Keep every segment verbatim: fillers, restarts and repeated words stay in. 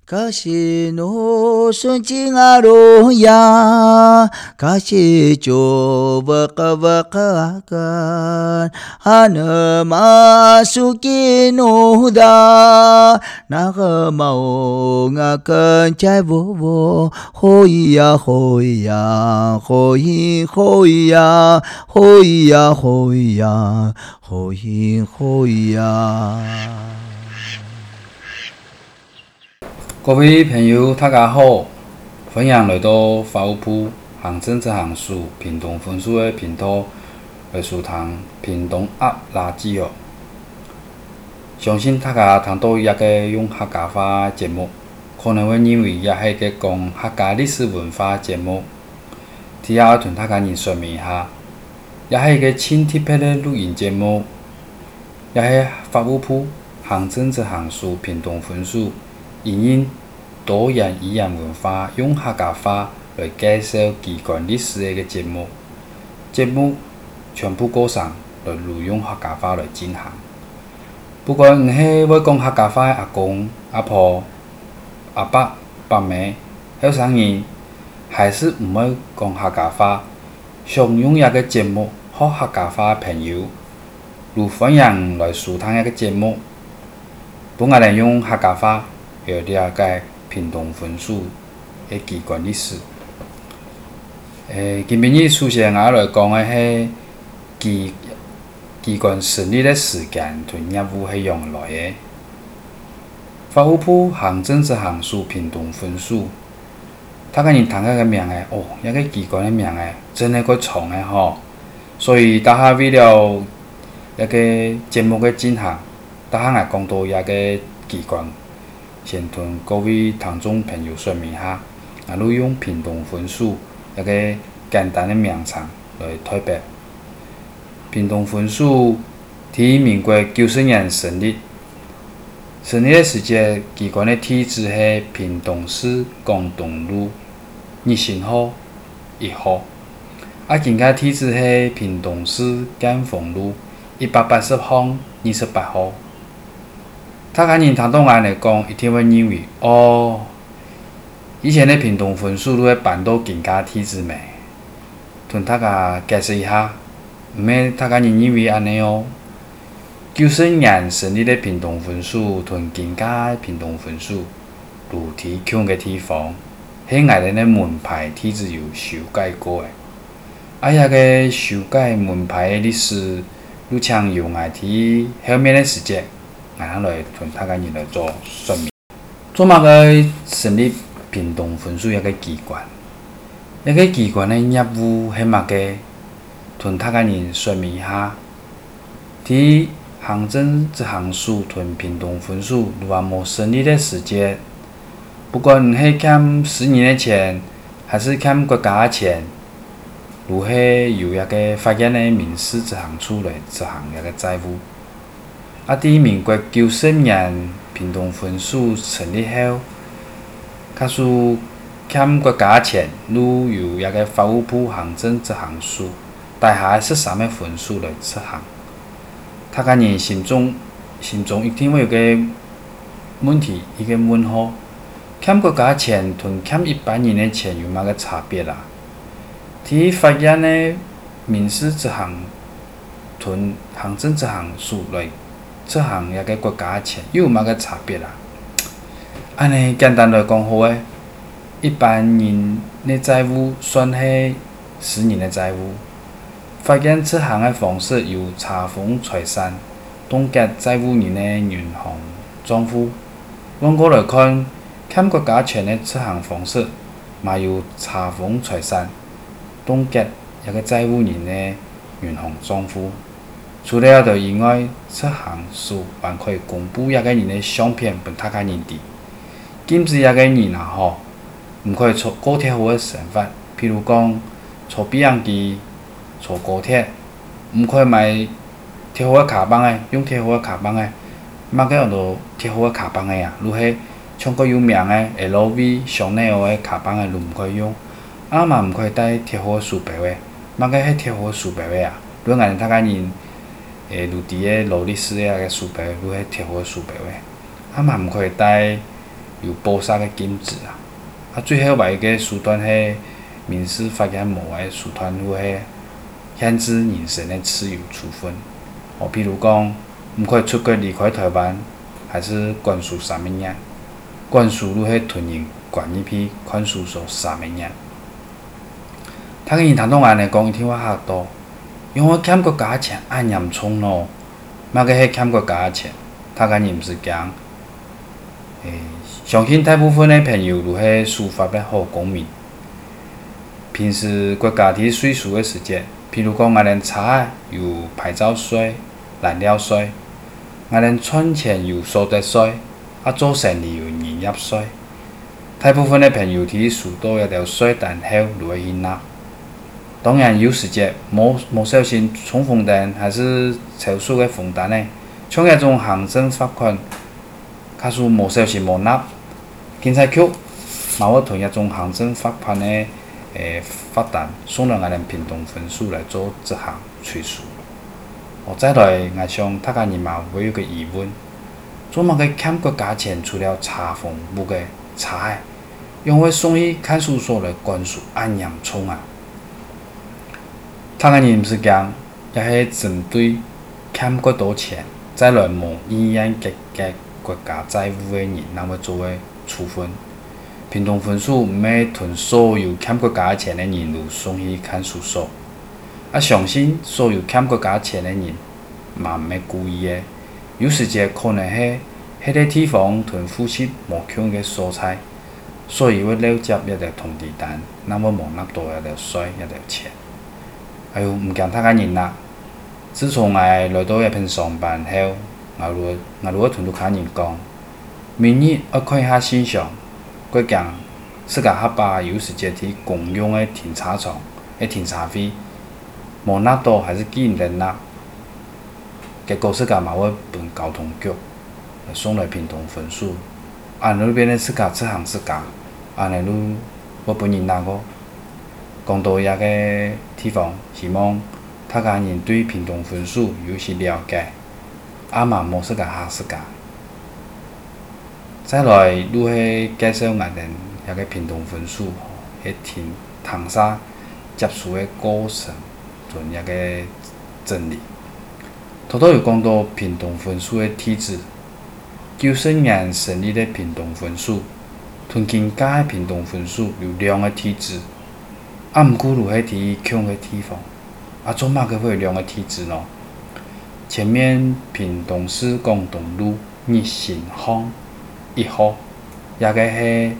Kasino suncing aroya, kasih coba kebakakan, hana masukin udah, nak mau ngakan cai bobo, hoya hoya, hoyi hoya, hoya hoya, hoyi hoya。 各位朋友，大家好，欢迎来到法务部行政执行署屏东分署的频道来收听屏东鸭垃圾哦。相信大家听到一个用客家话节目，可能会认为也是个讲客家历史文化节目。第二，同大家人说明一下，也是一个轻特别的录音节目，也是法务部行政执行署屏东分署。因应多元语言文化，用客家话来介绍机关历史的一个节目。节目全部过程来录用客家话来进行。不管你是会讲客家话的阿公、阿婆、阿伯、伯妹、后生人，还是唔会讲客家话，想用一个节目学客家话的朋友，如欢迎来收听一个节目。本我哋用客家话。要了解屏东分署的机关历史。诶，今日首先我来讲的是机机关成立的时间同业务是用来的。法务部行政执行署屏东分署，大家人听个个名诶，哦，一个机关的名诶，真系个长诶吼。所以大家为了一个节目的进行，大家也讲到一个机关。先同各位听众朋友说明下，我哋用屏东分署一个简单的名称来代表。屏东分署喺民国九十年成立，成立的时间机关的地址系屏东市广东路二新号一号，啊，今个地址系屏东市建丰路一百八十巷二十八号。大家人听到我来讲，一定会认为哦，以前的屏东分署都会搬到今家地址咩？同大家解释一下，唔免大家人认为安尼哦。九十年成立的屏东分署同今家屏东分署，如提强嘅地方，喺外人的门牌地址有修改过嘅。啊，遐个修改门牌的历史，如像由外提后面的时间。我哋来同大家人来做说明。做乜个成立屏东分署一个机关？一个机关的业务系乜个？同大家人说明一下。伫行政执行署同屏东分署如果冇成立的时间，不管你系欠十年的钱，还是欠国家的钱，如系由一个法院的民事执行处来执行一个债务。啊！伫民国九十年屏东分署成立后，假使欠国家钱，如由一个法务部行政执行署带下十三个分署来执行。大家人心中心中一定会有个问题，一个问号：欠国家钱同欠一般人的钱有乜个差别啦？伫法院的民事执行同行政执行署来。执行一个国家钱又有乜个差别啦？安尼简单来讲好诶，一般人的债务算系十年的债务，法院执行的方式由查封财产，冻结债务人的银行账户。反过来看，欠国家钱的执行方式，嘛由查封财产，冻结一个债务人的银行账户。除了着以外，执行署还可以公布一个人的相片俾大家人知，禁止一个人啊吼，唔可以坐高铁好嘅身份，譬如讲坐飞机、坐高铁，唔可以买贴好嘅卡邦诶，用贴好嘅卡邦诶，乜嘅用到贴好嘅卡邦诶啊，如系唱歌有名诶 L V、Chanel嘅卡邦诶，都唔可以用，啊嘛唔可以带贴好嘅书包诶，乜嘅系贴好嘅书包诶啊，如果大家人。诶，伫诶劳力士诶个书包，如迄贴好诶书包诶，啊嘛毋可以带有菩萨的金子啊。啊，最后卖个书段迄民事法院无诶书团有迄限制人身的自由处分。哦，譬如讲，毋可以出国离开台湾，还是关税啥物嘢？关税如迄屯人关一批看守所啥物嘢？他个人通通安尼讲，伊听我吓到，因为我欠国家钱，按严重咯。嘛个迄欠国家钱，他个人毋是讲，诶、欸，相信大部分的朋友如迄司法的好公民。平时国家提税收的时节，譬如讲，我哋查有牌照税、燃料税，我哋赚钱有所得税，啊做生意有营业税。大部分的朋友提收到一条税单后，就会去纳。当然有时节无无小心冲锋单还是超速的罚单呢，像迄种行政罚款，假使无小心无纳，警察局嘛会囤迄种行政罚款的诶罚单，送到我哋屏东分署来做执行催诉。哦，再来，我想大家人嘛会有个疑问：做乜个欠国家钱，除了查封不个查诶，因为送去看守所来关署按洋葱啊？他个人毋是讲，也是针对欠过多钱，再来无依然结结国家债务的人，那么作为处分。屏东分署毋会囤所有欠国家钱的人都送去看守所，啊，相信所有欠国家钱的人嘛毋会故意的，有时节可能迄迄个地方囤付息无强的蔬菜，所以会了接一条通知单，那么无纳多一条税一条钱。哎呦，毋惊他个人啦！自从我来到一片上班后，我如我如果同拄卡人讲，明日我看下现象，我讲自家下巴有时节去公用的停车场的停车费，无纳多还是既然纳，结果自家嘛会分交通局送来屏东分署，按那边的自家执行自家，安尼路我本人纳个。讲到遐个地方，希望他家人对屏东分署有些了解，啊嘛无自家吓自家。再来，如去介绍我哋遐个屏东分署，迄听唐沙接触的过程，存遐个真理。头头有讲到屏东分署的体制，九十年成立的屏东分署，屯金家的屏东分署有两个体制。啊，毋过如迄伫强个地方，啊，做嘛个会有两个体制咯？前面屏东市广东路日新巷一号，也个迄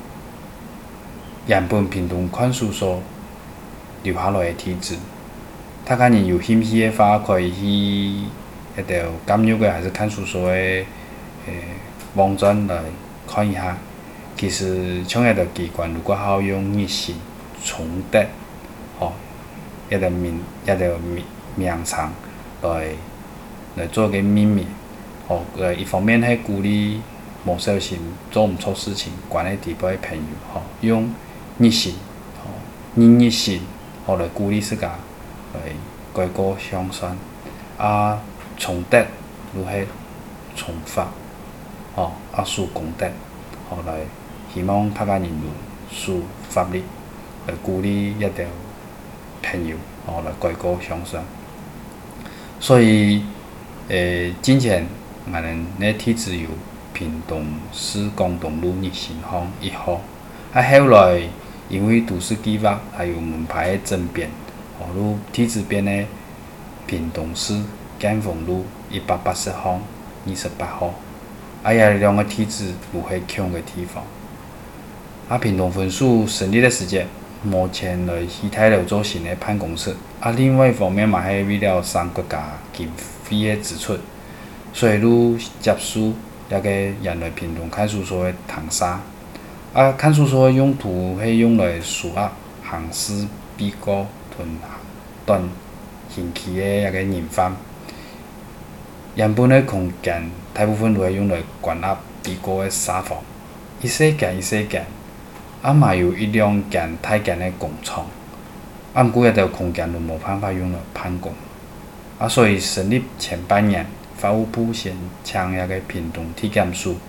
原本屏东看守所留下来个体制。他家人有兴趣的话，可以去一条监狱个还是看守所个诶网站来看一下。其实像一条机关，如果好用日新。崇德，吼，一条名一条名名称来来做个秘密，吼，呃，一方面系鼓励无小心做毋错事情，关喺地步嘅朋友，吼，用热心，吼，以热心，吼来鼓励自家来改过向善，啊，崇德如系崇法，吼，啊，树功德，吼来希望大家人如树法律。来鼓励一条朋友，哦，来改过向善。所以，诶，之前我们那体制有屏东市广东路日新巷一号，啊，后来因为都市计划还有门牌的争辩，哦，如体制变的屏东市建丰路一百八十巷二十八号，啊，也两个体制有迄强的地方。啊，屏东分署成立的时间。目前来西太了做新的办公室，啊，另外一方面嘛系为了省国家经费的支出，所以如接收一个原来屏东看守所的堂沙，啊，看守所的用途系用来收押刑事被告同短刑期的一个人犯，原本的空间大部分都系用来关押被告的沙房，一细间一细间。啊嘛有一两间太间的工厂，啊毋过一条空间都无办法用来办公，啊所以成立前半年，法务部先请遐个屏东体检署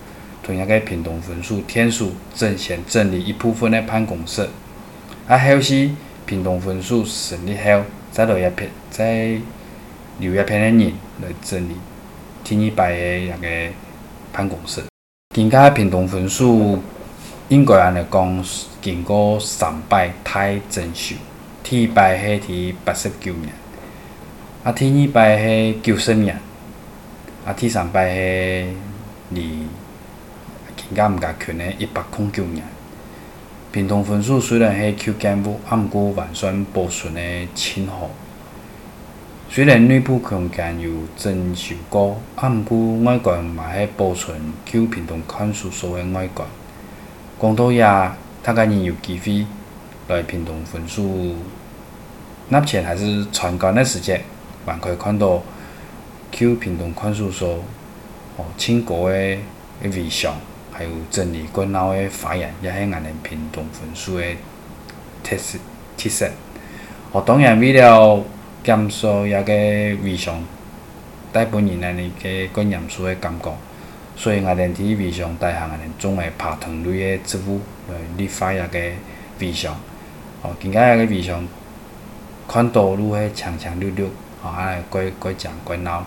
同那个平等分数天数正显整理一部分的判公式，啊后是平等分数成立后，再留一篇，再留一篇的人来整理第二摆的那个判公式。更加平等分数应该安尼讲，经过三摆太整修，第一摆是伫八十九年，啊第二摆是九十年，啊第三摆是二更加毋加权的一百零九年。平等分数虽然是扣减物，啊毋过还算保存的真好。虽然内部空间有整修过，啊毋过外观嘛是保存扣平等看守所的外观。讲到遐，大家人有机会来平等分数纳钱还是参观的时节，还可以看到扣平等看守所哦庆国的微笑，还有整理过后的发言，也是俺们平等分数的特色特色。哦，当然为了减少遐个微笑带本人安尼个过严肃的感觉，所以俺们伫微笑带项俺们总会拍糖类的植物来绿化遐个微笑。哦，更加遐个微笑看到愈迄青青绿绿，哦，安尼过过正过闹。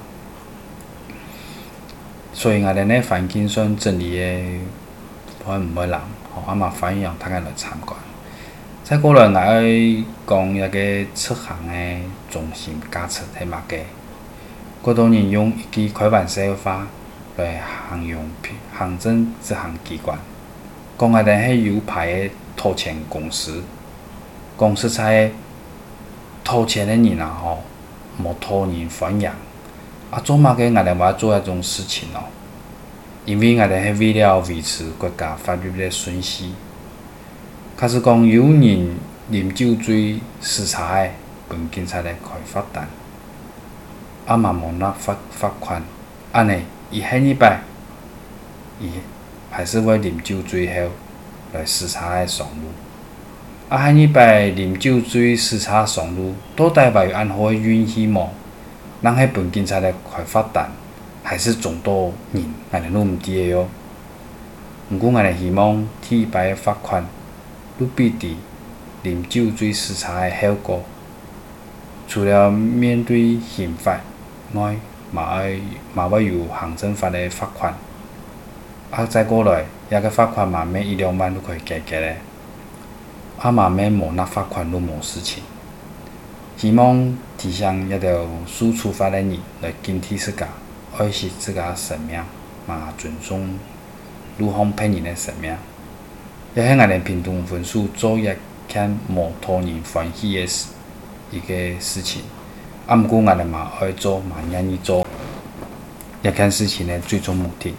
所以俺们的环境算整理的不会毋会人，吼，啊嘛欢迎大家来参观。再过来，我要讲一个出行的中心加速迄物个，过多人用一句开玩笑话来形容行政这项机关，讲我哋迄有牌的偷钱公司，讲实在偷钱的人啊吼，无讨人欢迎。啊，做嘛个我哋要做迄种事情哦？因为我哋是为了维持国家法律的顺序。假使讲有人啉酒醉视察的，本警察来开罚单，啊嘛无纳罚罚款，安尼伊下一摆，伊还是会啉酒醉后来视察的上路。啊下一摆啉酒醉视察上路，到底嘛有安好的运气无？人迄本警察来开罚单，还是众多人，俺哋都毋知个哟。毋过，俺哋希望第一摆的罚款，愈比伫啉酒醉视察的后果。除了面对刑法外，嘛要嘛要有行政法的罚款。啊，再过来，遐个罚款嘛免一两万都可以解决咧。啊嘛免无纳罚款都无事情。希望提倡一条输出法的人来警惕自家，爱惜自家生命，嘛尊重路方骗人的生命。也是俺们平等分数做一件无讨人欢喜的事一个事情。啊，毋过俺们嘛爱做，嘛愿意做一件事情的最终目的。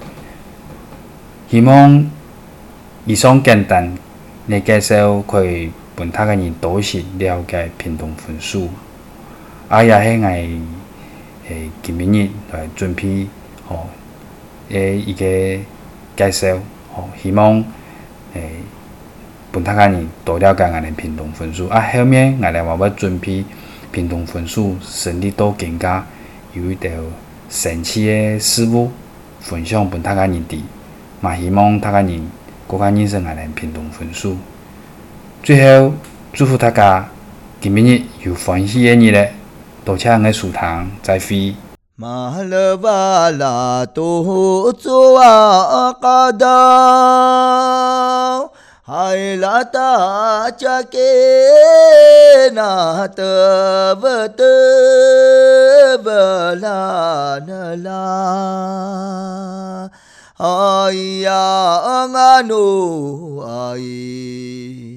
希望以上简单的介绍可以本他个人多些了解平等分数，啊也是我诶今明日来准备吼诶一个介绍，吼希望诶本他个人多了解我们平等分数，啊后面我哋话要准备平等分数成立到更加有一条神奇的事物分享本他个人知，嘛希望他个人更加认识我们平等分数。最后，祝福大家今明日有欢喜的日子，多谢我舒堂，再会。 Mahalwala tu tua qadau hailata chakena tebete belanala ayya nganu ai